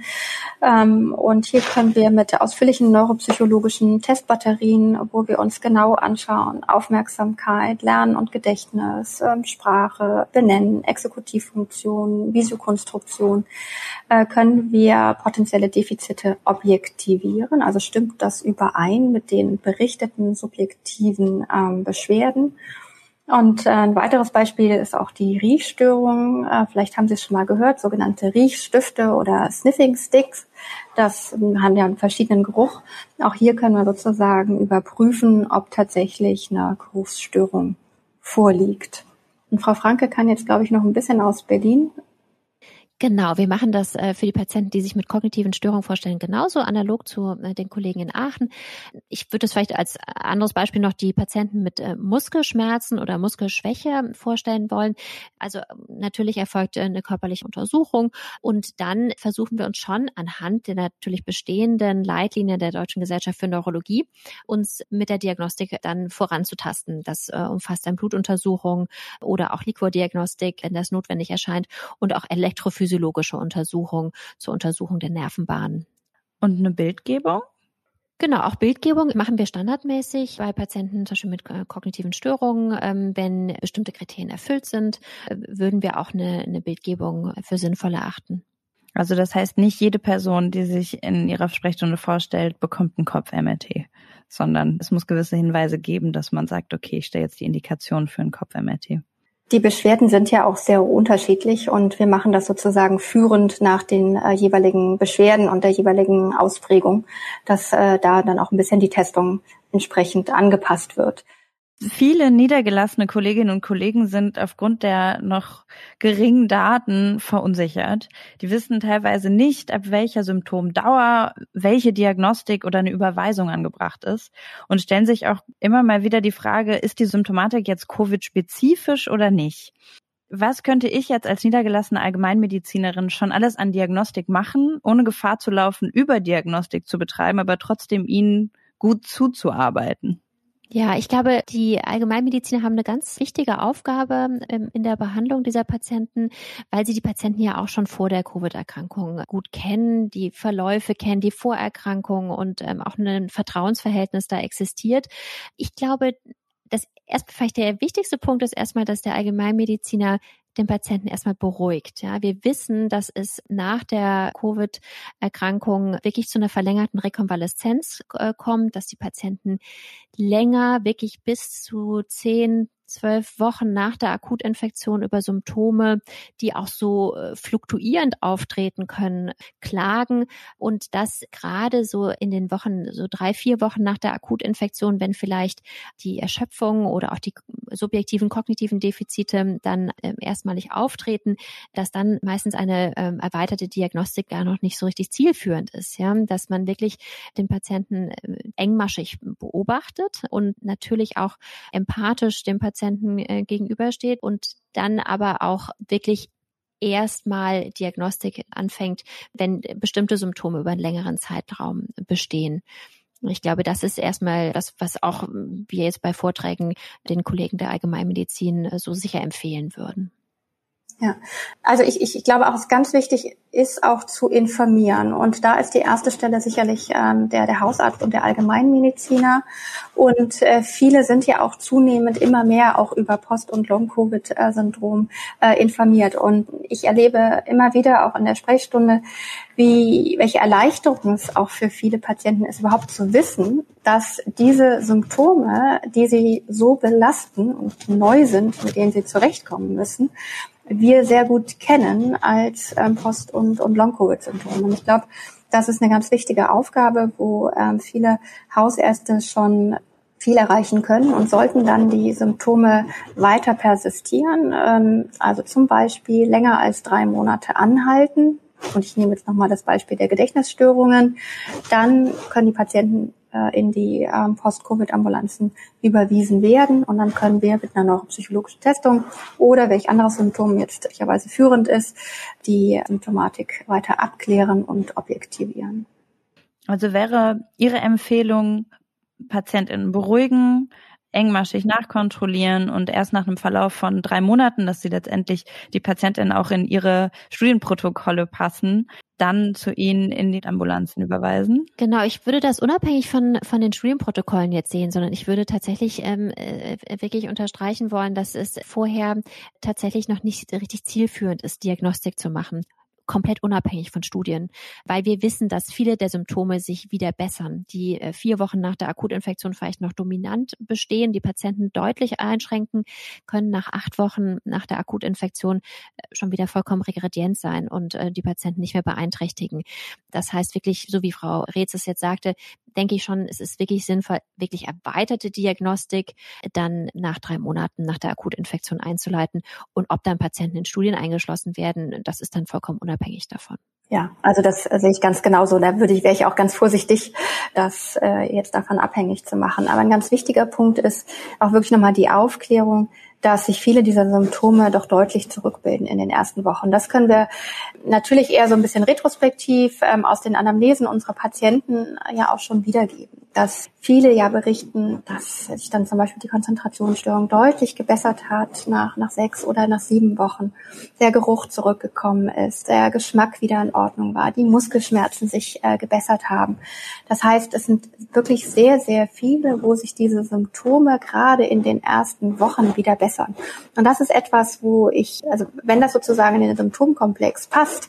Und hier können wir mit ausführlichen neuropsychologischen Testbatterien, wo wir uns genau anschauen, Aufmerksamkeit, Lernen und Gedächtnis, Sprache, Benennen, Exekutivfunktion, Visokonstruktion, können wir potenzielle Defizite objektivieren. Also stimmt das überein mit den berichteten subjektiven Beschwerden. Und ein weiteres Beispiel ist auch die Riechstörung. Vielleicht haben Sie es schon mal gehört, sogenannte Riechstifte oder Sniffing Sticks. Das haben ja einen verschiedenen Geruch. Auch hier können wir sozusagen überprüfen, ob tatsächlich eine Geruchsstörung vorliegt. Und Frau Franke kann jetzt, glaube ich, noch ein bisschen aus Berlin. Genau, wir machen das für die Patienten, die sich mit kognitiven Störungen vorstellen, genauso analog zu den Kollegen in Aachen. Ich würde es vielleicht als anderes Beispiel noch die Patienten mit Muskelschmerzen oder Muskelschwäche vorstellen wollen. Also natürlich erfolgt eine körperliche Untersuchung und dann versuchen wir uns schon anhand der natürlich bestehenden Leitlinien der Deutschen Gesellschaft für Neurologie uns mit der Diagnostik dann voranzutasten. Das umfasst dann Blutuntersuchungen oder auch Liquordiagnostik, wenn das notwendig erscheint, und auch elektrophysiologische Untersuchungen zur Untersuchung der Nervenbahnen. Und eine Bildgebung? Genau, auch Bildgebung machen wir standardmäßig bei Patienten zum Beispiel mit kognitiven Störungen. Wenn bestimmte Kriterien erfüllt sind, würden wir auch eine Bildgebung für sinnvoll erachten. Also das heißt, nicht jede Person, die sich in ihrer Sprechstunde vorstellt, bekommt einen Kopf-MRT, sondern es muss gewisse Hinweise geben, dass man sagt, okay, ich stelle jetzt die Indikation für einen Kopf-MRT. Die Beschwerden sind ja auch sehr unterschiedlich und wir machen das sozusagen führend nach den jeweiligen Beschwerden und der jeweiligen Ausprägung, dass da dann auch ein bisschen die Testung entsprechend angepasst wird. Viele niedergelassene Kolleginnen und Kollegen sind aufgrund der noch geringen Daten verunsichert. Die wissen teilweise nicht, ab welcher Symptomdauer welche Diagnostik oder eine Überweisung angebracht ist und stellen sich auch immer mal wieder die Frage, ist die Symptomatik jetzt Covid-spezifisch oder nicht? Was könnte ich jetzt als niedergelassene Allgemeinmedizinerin schon alles an Diagnostik machen, ohne Gefahr zu laufen, Überdiagnostik zu betreiben, aber trotzdem ihnen gut zuzuarbeiten? Ja, ich glaube, die Allgemeinmediziner haben eine ganz wichtige Aufgabe in der Behandlung dieser Patienten, weil sie die Patienten ja auch schon vor der Covid-Erkrankung gut kennen, die Verläufe kennen, die Vorerkrankungen und auch ein Vertrauensverhältnis da existiert. Ich glaube, vielleicht der wichtigste Punkt ist erstmal, dass der Allgemeinmediziner den Patienten erstmal beruhigt. Ja, wir wissen, dass es nach der Covid-Erkrankung wirklich zu einer verlängerten Rekonvaleszenz kommt, dass die Patienten länger, wirklich bis zu 10, 12 Wochen nach der Akutinfektion über Symptome, die auch so fluktuierend auftreten können, klagen und das gerade so in den Wochen, so 3, 4 Wochen nach der Akutinfektion, wenn vielleicht die Erschöpfung oder auch die subjektiven kognitiven Defizite dann erstmalig auftreten, dass dann meistens eine erweiterte Diagnostik gar noch nicht so richtig zielführend ist, ja, dass man wirklich den Patienten engmaschig beobachtet und natürlich auch empathisch dem Patienten gegenübersteht und dann aber auch wirklich erstmal Diagnostik anfängt, wenn bestimmte Symptome über einen längeren Zeitraum bestehen. Ich glaube, das ist erstmal das, was auch wir jetzt bei Vorträgen den Kollegen der Allgemeinmedizin so sicher empfehlen würden. Ja, also ich glaube auch, es ist ganz wichtig ist auch zu informieren. Und da ist die erste Stelle sicherlich der Hausarzt und der Allgemeinmediziner. Und viele sind ja auch zunehmend immer mehr auch über Post- und Long-Covid-Syndrom informiert. Und ich erlebe immer wieder auch in der Sprechstunde, welche Erleichterung es auch für viele Patienten ist, überhaupt zu wissen, dass diese Symptome, die sie so belasten und neu sind, mit denen sie zurechtkommen müssen, wir sehr gut kennen als Post- und Long-Covid-Syndrom. Und ich glaube, das ist eine ganz wichtige Aufgabe, wo viele Hausärzte schon viel erreichen können und sollten dann die Symptome weiter persistieren, also zum Beispiel länger als 3 Monate anhalten. Und ich nehme jetzt nochmal das Beispiel der Gedächtnisstörungen. Dann können die Patienten in die Post-Covid-Ambulanzen überwiesen werden und dann können wir mit einer neuropsychologischen Testung oder welch anderes Symptom jetzt möglicherweise führend ist, die Symptomatik weiter abklären und objektivieren. Also wäre Ihre Empfehlung, PatientInnen beruhigen, engmaschig nachkontrollieren und erst nach einem Verlauf von 3 Monaten, dass sie letztendlich die PatientInnen auch in ihre Studienprotokolle passen, dann zu Ihnen in die Ambulanzen überweisen? Genau, ich würde das unabhängig von den Studienprotokollen jetzt sehen, sondern ich würde tatsächlich wirklich unterstreichen wollen, dass es vorher tatsächlich noch nicht richtig zielführend ist, Diagnostik zu machen. Komplett unabhängig von Studien, weil wir wissen, dass viele der Symptome sich wieder bessern, die 4 Wochen nach der Akutinfektion vielleicht noch dominant bestehen, die Patienten deutlich einschränken, können nach 8 Wochen nach der Akutinfektion schon wieder vollkommen regredient sein und die Patienten nicht mehr beeinträchtigen. Das heißt wirklich, so wie Frau Reetz es jetzt sagte, denke ich schon, es ist wirklich sinnvoll, wirklich erweiterte Diagnostik dann nach 3 Monaten nach der Akutinfektion einzuleiten. Und ob dann Patienten in Studien eingeschlossen werden, das ist dann vollkommen unabhängig davon. Ja, also das sehe ich ganz genauso. Da wäre ich auch ganz vorsichtig, das jetzt davon abhängig zu machen. Aber ein ganz wichtiger Punkt ist auch wirklich nochmal die Aufklärung, dass sich viele dieser Symptome doch deutlich zurückbilden in den ersten Wochen. Das können wir natürlich eher so ein bisschen retrospektiv aus den Anamnesen unserer Patienten ja auch schon wiedergeben. Dass viele ja berichten, dass sich dann zum Beispiel die Konzentrationsstörung deutlich gebessert hat nach 6 oder nach 7 Wochen. Der Geruch zurückgekommen ist, der Geschmack wieder in Ordnung war, die Muskelschmerzen sich gebessert haben. Das heißt, es sind wirklich sehr, sehr viele, wo sich diese Symptome gerade in den ersten Wochen wieder bessern. Und das ist etwas, also wenn das sozusagen in den Symptomkomplex passt,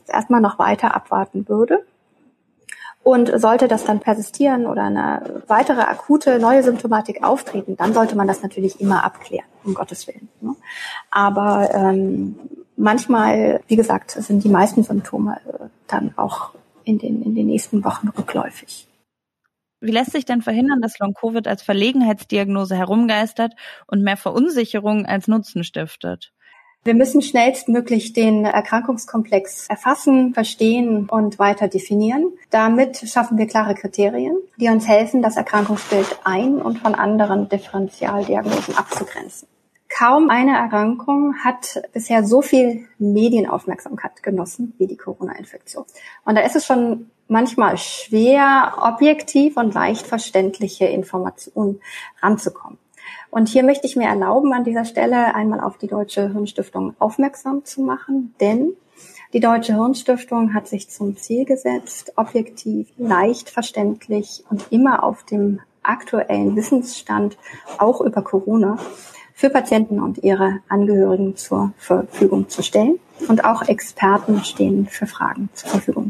erstmal noch weiter abwarten würde. Und sollte das dann persistieren oder eine weitere akute neue Symptomatik auftreten, dann sollte man das natürlich immer abklären, um Gottes Willen. Ne? Aber manchmal, wie gesagt, sind die meisten Symptome dann auch in den nächsten Wochen rückläufig. Wie lässt sich denn verhindern, dass Long-Covid als Verlegenheitsdiagnose herumgeistert und mehr Verunsicherung als Nutzen stiftet? Wir müssen schnellstmöglich den Erkrankungskomplex erfassen, verstehen und weiter definieren. Damit schaffen wir klare Kriterien, die uns helfen, das Erkrankungsbild ein- und von anderen Differentialdiagnosen abzugrenzen. Kaum eine Erkrankung hat bisher so viel Medienaufmerksamkeit genossen wie die Corona-Infektion. Und da ist es schon manchmal schwer, objektiv und leicht verständliche Informationen ranzukommen. Und hier möchte ich mir erlauben, an dieser Stelle einmal auf die Deutsche Hirnstiftung aufmerksam zu machen, denn die Deutsche Hirnstiftung hat sich zum Ziel gesetzt, objektiv, leicht verständlich und immer auf dem aktuellen Wissensstand, auch über Corona, für Patienten und ihre Angehörigen zur Verfügung zu stellen. Und auch Experten stehen für Fragen zur Verfügung.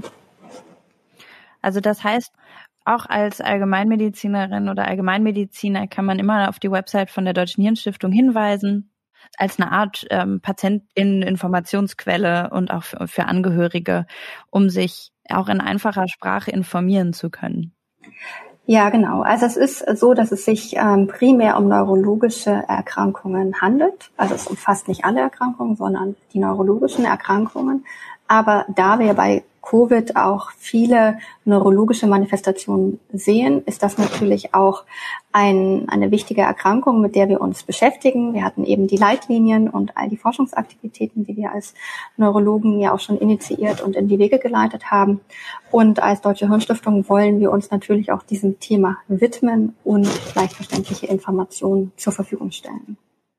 Also das heißt, auch als Allgemeinmedizinerin oder Allgemeinmediziner kann man immer auf die Website von der Deutschen Hirnstiftung hinweisen, als eine Art Patientinformationsquelle und auch für Angehörige, um sich auch in einfacher Sprache informieren zu können. Ja, genau. Also es ist so, dass es sich primär um neurologische Erkrankungen handelt. Also es umfasst nicht alle Erkrankungen, sondern die neurologischen Erkrankungen. Aber da wir bei Covid auch viele neurologische Manifestationen sehen, ist das natürlich auch eine wichtige Erkrankung, mit der wir uns beschäftigen. Wir hatten eben die Leitlinien und all die Forschungsaktivitäten, die wir als Neurologen ja auch schon initiiert und in die Wege geleitet haben. Und als Deutsche Hirnstiftung wollen wir uns natürlich auch diesem Thema widmen und leicht verständliche Informationen zur Verfügung stellen.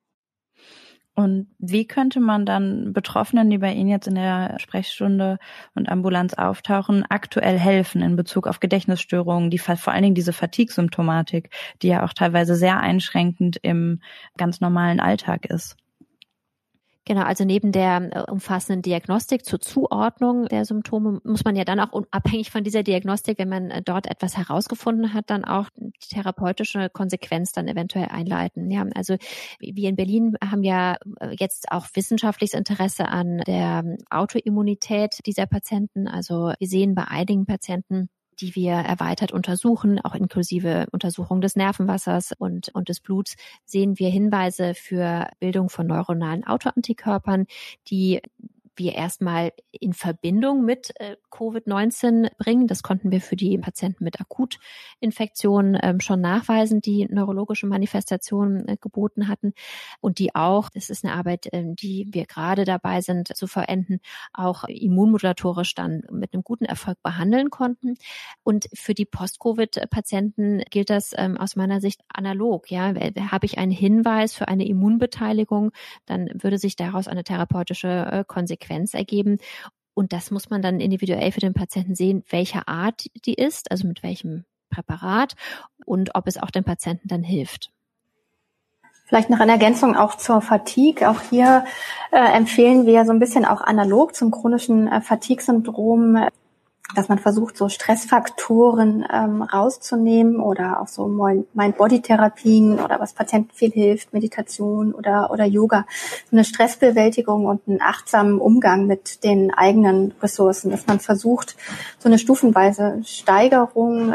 Und wie könnte man dann Betroffenen, die bei Ihnen jetzt in der Sprechstunde und Ambulanz auftauchen, aktuell helfen in Bezug auf Gedächtnisstörungen, vor allen Dingen diese Fatigue-Symptomatik, die ja auch teilweise sehr einschränkend im ganz normalen Alltag ist? Genau, also neben der umfassenden Diagnostik zur Zuordnung der Symptome muss man ja dann auch unabhängig von dieser Diagnostik, wenn man dort etwas herausgefunden hat, dann auch die therapeutische Konsequenz dann eventuell einleiten. Ja, also wir in Berlin haben ja jetzt auch wissenschaftliches Interesse an der Autoimmunität dieser Patienten. Also wir sehen bei einigen Patienten, die wir erweitert untersuchen, auch inklusive Untersuchung des Nervenwassers und des Bluts, sehen wir Hinweise für Bildung von neuronalen Autoantikörpern, die wir erstmal in Verbindung mit Covid-19 bringen. Das konnten wir für die Patienten mit Akutinfektionen schon nachweisen, die neurologische Manifestationen geboten hatten und die auch, das ist eine Arbeit, die wir gerade dabei sind zu vollenden, auch immunmodulatorisch dann mit einem guten Erfolg behandeln konnten. Und für die Post-Covid-Patienten gilt das aus meiner Sicht analog. Ja, habe ich einen Hinweis für eine Immunbeteiligung, dann würde sich daraus eine therapeutische Konsequenz ergeben. Und das muss man dann individuell für den Patienten sehen, welcher Art die ist, also mit welchem Präparat und ob es auch dem Patienten dann hilft. Vielleicht noch eine Ergänzung auch zur Fatigue. Auch hier empfehlen wir so ein bisschen auch analog zum chronischen Fatigue-Syndrom, dass man versucht, so Stressfaktoren rauszunehmen oder auch so Mind-Body-Therapien oder was Patienten viel hilft, Meditation oder Yoga. So eine Stressbewältigung und einen achtsamen Umgang mit den eigenen Ressourcen, dass man versucht, so eine stufenweise Steigerung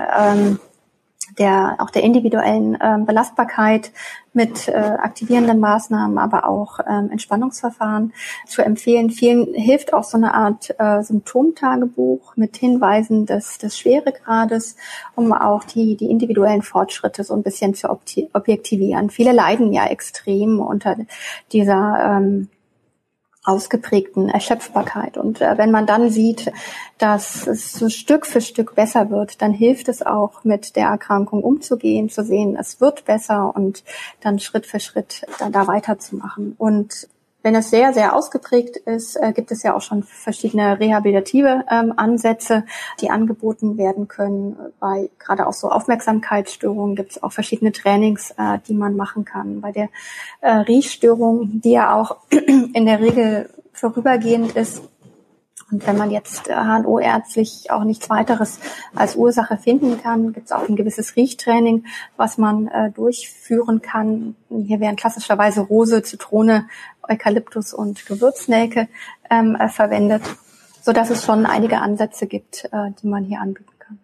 der individuellen Belastbarkeit mit aktivierenden Maßnahmen, aber auch Entspannungsverfahren zu empfehlen. Vielen hilft auch so eine Art Symptomtagebuch mit Hinweisen des Schweregrades, um auch die individuellen Fortschritte so ein bisschen zu objektivieren. Viele leiden ja extrem unter dieser ausgeprägten Erschöpfbarkeit. Und wenn man dann sieht, dass es so Stück für Stück besser wird, dann hilft es auch, mit der Erkrankung umzugehen, zu sehen, es wird besser und dann Schritt für Schritt da weiterzumachen. Und wenn es sehr, sehr ausgeprägt ist, gibt es ja auch schon verschiedene rehabilitative Ansätze, die angeboten werden können. Bei gerade auch so Aufmerksamkeitsstörungen gibt es auch verschiedene Trainings, die man machen kann. Bei der Riechstörung, die ja auch in der Regel vorübergehend ist Und wenn man jetzt HNO-ärztlich auch nichts weiteres als Ursache finden kann, gibt es auch ein gewisses Riechtraining, was man durchführen kann. Hier werden klassischerweise Rose, Zitrone, Eukalyptus und Gewürznelke verwendet, sodass es schon einige Ansätze gibt, die man hier anbieten kann.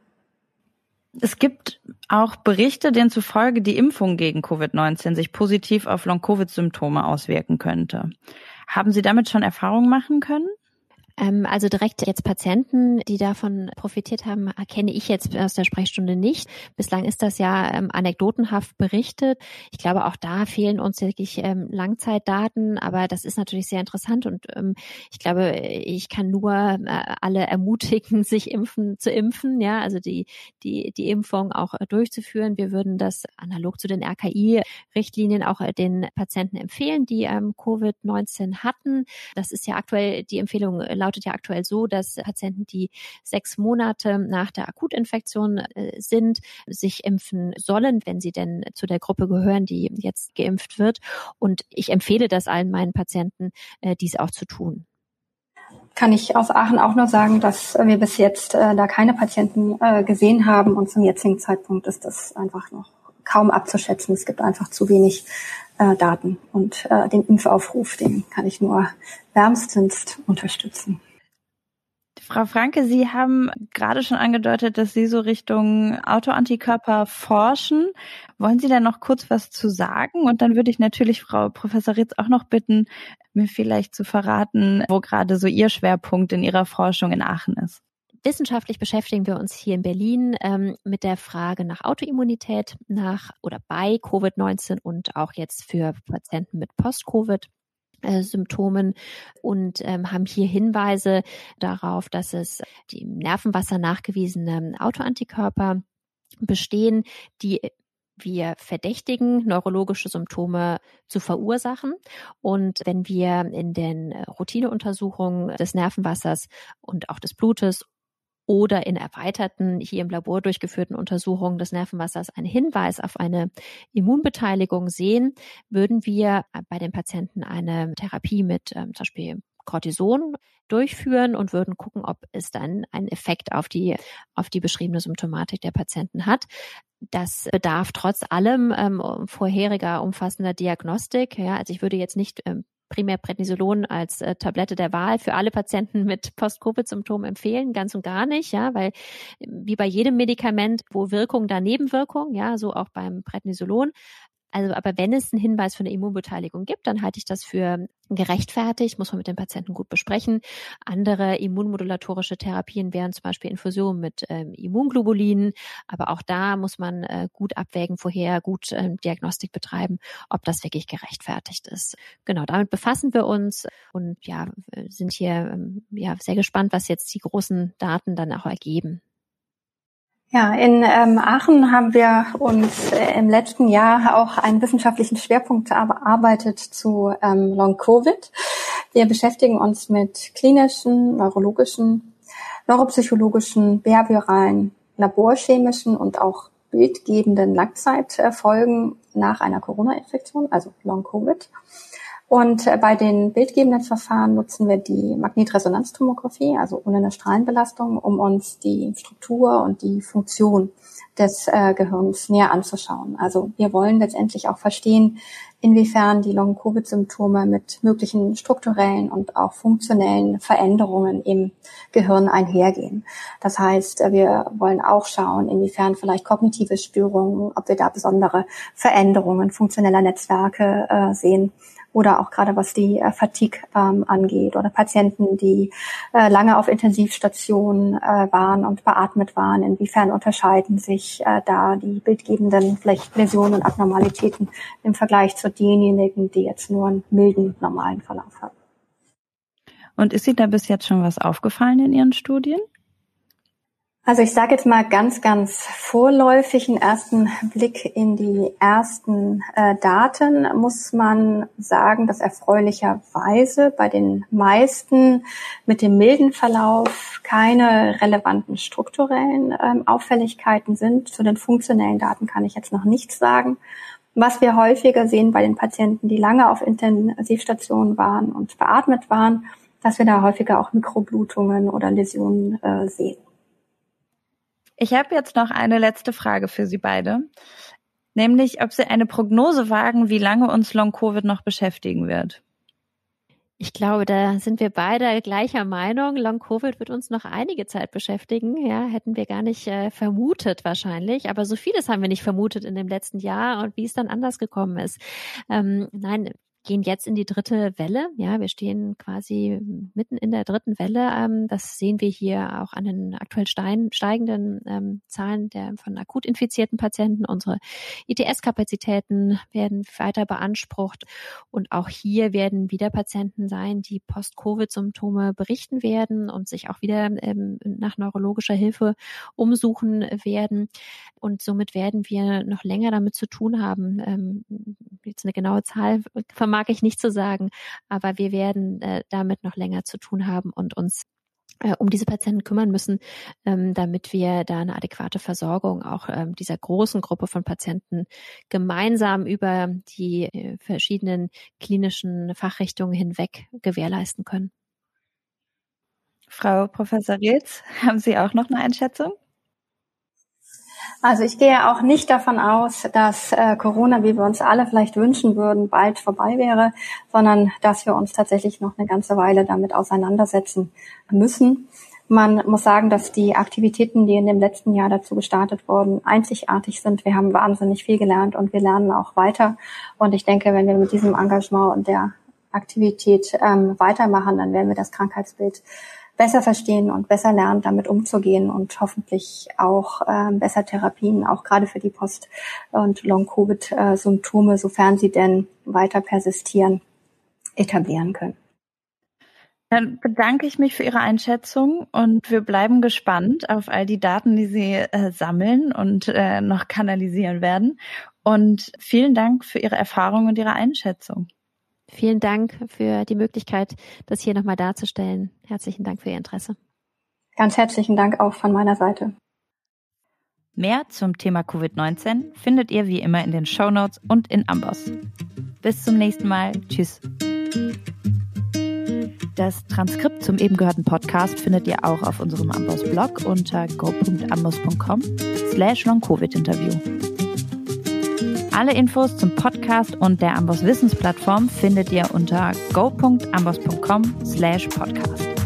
Es gibt auch Berichte, denen zufolge die Impfung gegen Covid-19 sich positiv auf Long-Covid-Symptome auswirken könnte. Haben Sie damit schon Erfahrungen machen können? Also direkt jetzt Patienten, die davon profitiert haben, kenne ich jetzt aus der Sprechstunde nicht. Bislang ist das ja anekdotenhaft berichtet. Ich glaube, auch da fehlen uns wirklich Langzeitdaten, aber das ist natürlich sehr interessant und ich glaube, ich kann nur alle ermutigen, sich zu impfen, ja, also die Impfung auch durchzuführen. Wir würden das analog zu den RKI-Richtlinien auch den Patienten empfehlen, die Covid-19 hatten. Das ist ja aktuell die Empfehlung, lautet ja aktuell so, dass Patienten, die 6 Monate nach der Akutinfektion sind, sich impfen sollen, wenn sie denn zu der Gruppe gehören, die jetzt geimpft wird. Und ich empfehle das allen meinen Patienten, dies auch zu tun. Kann ich aus Aachen auch nur sagen, dass wir bis jetzt da keine Patienten gesehen haben und zum jetzigen Zeitpunkt ist das einfach noch kaum abzuschätzen. Es gibt einfach zu wenig Daten und den Impfaufruf, den kann ich nur wärmstens unterstützen. Frau Franke, Sie haben gerade schon angedeutet, dass Sie so Richtung Autoantikörper forschen. Wollen Sie da noch kurz was zu sagen? Und dann würde ich natürlich Frau Professor Ritz auch noch bitten, mir vielleicht zu verraten, wo gerade so Ihr Schwerpunkt in Ihrer Forschung in Aachen ist. Wissenschaftlich beschäftigen wir uns hier in Berlin mit der Frage nach Autoimmunität bei Covid-19 und auch jetzt für Patienten mit Post-Covid-Symptomen und haben hier Hinweise darauf, dass es die im Nervenwasser nachgewiesene Autoantikörper bestehen, die wir verdächtigen, neurologische Symptome zu verursachen. Und wenn wir in den Routineuntersuchungen des Nervenwassers und auch des Blutes oder in erweiterten, hier im Labor durchgeführten Untersuchungen des Nervenwassers einen Hinweis auf eine Immunbeteiligung sehen, würden wir bei den Patienten eine Therapie mit zum Beispiel Cortison durchführen und würden gucken, ob es dann einen Effekt auf die beschriebene Symptomatik der Patienten hat. Das bedarf trotz allem vorheriger umfassender Diagnostik. Ja, also ich würde jetzt nicht primär Prednisolon als Tablette der Wahl für alle Patienten mit Post-Covid-Symptomen empfehlen, ganz und gar nicht, ja, weil wie bei jedem Medikament, wo Wirkung da Nebenwirkung, ja, so auch beim Prednisolon. Also, aber wenn es einen Hinweis für eine Immunbeteiligung gibt, dann halte ich das für gerechtfertigt, muss man mit den Patienten gut besprechen. Andere immunmodulatorische Therapien wären zum Beispiel Infusion mit Immunglobulinen, aber auch da muss man gut abwägen, vorher gut Diagnostik betreiben, ob das wirklich gerechtfertigt ist. Genau, damit befassen wir uns und ja, sind hier sehr gespannt, was jetzt die großen Daten dann auch ergeben. Ja, in Aachen haben wir uns im letzten Jahr auch einen wissenschaftlichen Schwerpunkt erarbeitet zu Long-Covid. Wir beschäftigen uns mit klinischen, neurologischen, neuropsychologischen, behavioralen, laborchemischen und auch bildgebenden Langzeitfolgen nach einer Corona-Infektion, also Long-Covid. Und bei den bildgebenden Verfahren nutzen wir die Magnetresonanztomographie, also ohne eine Strahlenbelastung, um uns die Struktur und die Funktion des Gehirns näher anzuschauen. Also wir wollen letztendlich auch verstehen, inwiefern die Long-Covid-Symptome mit möglichen strukturellen und auch funktionellen Veränderungen im Gehirn einhergehen. Das heißt, wir wollen auch schauen, inwiefern vielleicht kognitive Störungen, ob wir da besondere Veränderungen funktioneller Netzwerke sehen. Oder auch gerade was die Fatigue angeht oder Patienten, die lange auf Intensivstationen waren und beatmet waren. Inwiefern unterscheiden sich da die bildgebenden vielleicht Läsionen und Abnormalitäten im Vergleich zu denjenigen, die jetzt nur einen milden, normalen Verlauf haben. Und ist Ihnen da bis jetzt schon was aufgefallen in Ihren Studien? Also ich sage jetzt mal ganz, ganz vorläufig, einen ersten Blick in die ersten Daten, muss man sagen, dass erfreulicherweise bei den meisten mit dem milden Verlauf keine relevanten strukturellen Auffälligkeiten sind. Zu den funktionellen Daten kann ich jetzt noch nichts sagen. Was wir häufiger sehen bei den Patienten, die lange auf Intensivstationen waren und beatmet waren, dass wir da häufiger auch Mikroblutungen oder Läsionen sehen. Ich habe jetzt noch eine letzte Frage für Sie beide, nämlich ob Sie eine Prognose wagen, wie lange uns Long-Covid noch beschäftigen wird. Ich glaube, da sind wir beide gleicher Meinung. Long-Covid wird uns noch einige Zeit beschäftigen. Ja, hätten wir gar nicht vermutet wahrscheinlich. Aber so vieles haben wir nicht vermutet in dem letzten Jahr und wie es dann anders gekommen ist. Nein, gehen jetzt in die dritte Welle. Ja, wir stehen quasi mitten in der dritten Welle. Das sehen wir hier auch an den aktuell steigenden Zahlen von akut infizierten Patienten. Unsere ITS-Kapazitäten werden weiter beansprucht. Und auch hier werden wieder Patienten sein, die Post-Covid-Symptome berichten werden und sich auch wieder nach neurologischer Hilfe umsuchen werden. Und somit werden wir noch länger damit zu tun haben. Jetzt eine genaue Zahl vermag ich nicht zu sagen, aber wir werden damit noch länger zu tun haben und uns um diese Patienten kümmern müssen, damit wir da eine adäquate Versorgung auch dieser großen Gruppe von Patienten gemeinsam über die verschiedenen klinischen Fachrichtungen hinweg gewährleisten können. Frau Professor Reetz, haben Sie auch noch eine Einschätzung? Also ich gehe auch nicht davon aus, dass Corona, wie wir uns alle vielleicht wünschen würden, bald vorbei wäre, sondern dass wir uns tatsächlich noch eine ganze Weile damit auseinandersetzen müssen. Man muss sagen, dass die Aktivitäten, die in dem letzten Jahr dazu gestartet wurden, einzigartig sind. Wir haben wahnsinnig viel gelernt und wir lernen auch weiter. Und ich denke, wenn wir mit diesem Engagement und der Aktivität weitermachen, dann werden wir das Krankheitsbild besser verstehen und besser lernen, damit umzugehen und hoffentlich auch besser Therapien, auch gerade für die Post- und Long-Covid-Symptome, sofern sie denn weiter persistieren, etablieren können. Dann bedanke ich mich für Ihre Einschätzung und wir bleiben gespannt auf all die Daten, die Sie sammeln und noch kanalisieren werden. Und vielen Dank für Ihre Erfahrung und Ihre Einschätzung. Vielen Dank für die Möglichkeit, das hier nochmal darzustellen. Herzlichen Dank für Ihr Interesse. Ganz herzlichen Dank auch von meiner Seite. Mehr zum Thema Covid-19 findet ihr wie immer in den Shownotes und in Amboss. Bis zum nächsten Mal. Tschüss. Das Transkript zum eben gehörten Podcast findet ihr auch auf unserem Amboss-Blog unter go.amboss.com/longcovidinterview. Alle Infos zum Podcast und der Amboss Wissensplattform findet ihr unter go.amboss.com/podcast.